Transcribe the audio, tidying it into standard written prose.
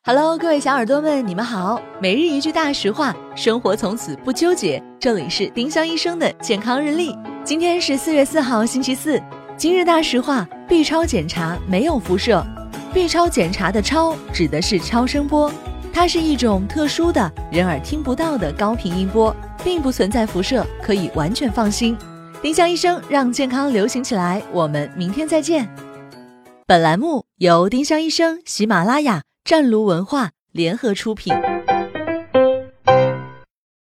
Hello， 各位小耳朵们，你们好。每日一句大实话，生活从此不纠结。这里是丁香医生的健康日历。今天是4月4号，星期四。今日大实话：B 超检查没有辐射。B 超检查的超指的是超声波，它是一种特殊的人耳听不到的高频音波，并不存在辐射，可以完全放心。丁香医生让健康流行起来，我们明天再见。本栏目由丁香医生、喜马拉雅、湛卢文化联合出品。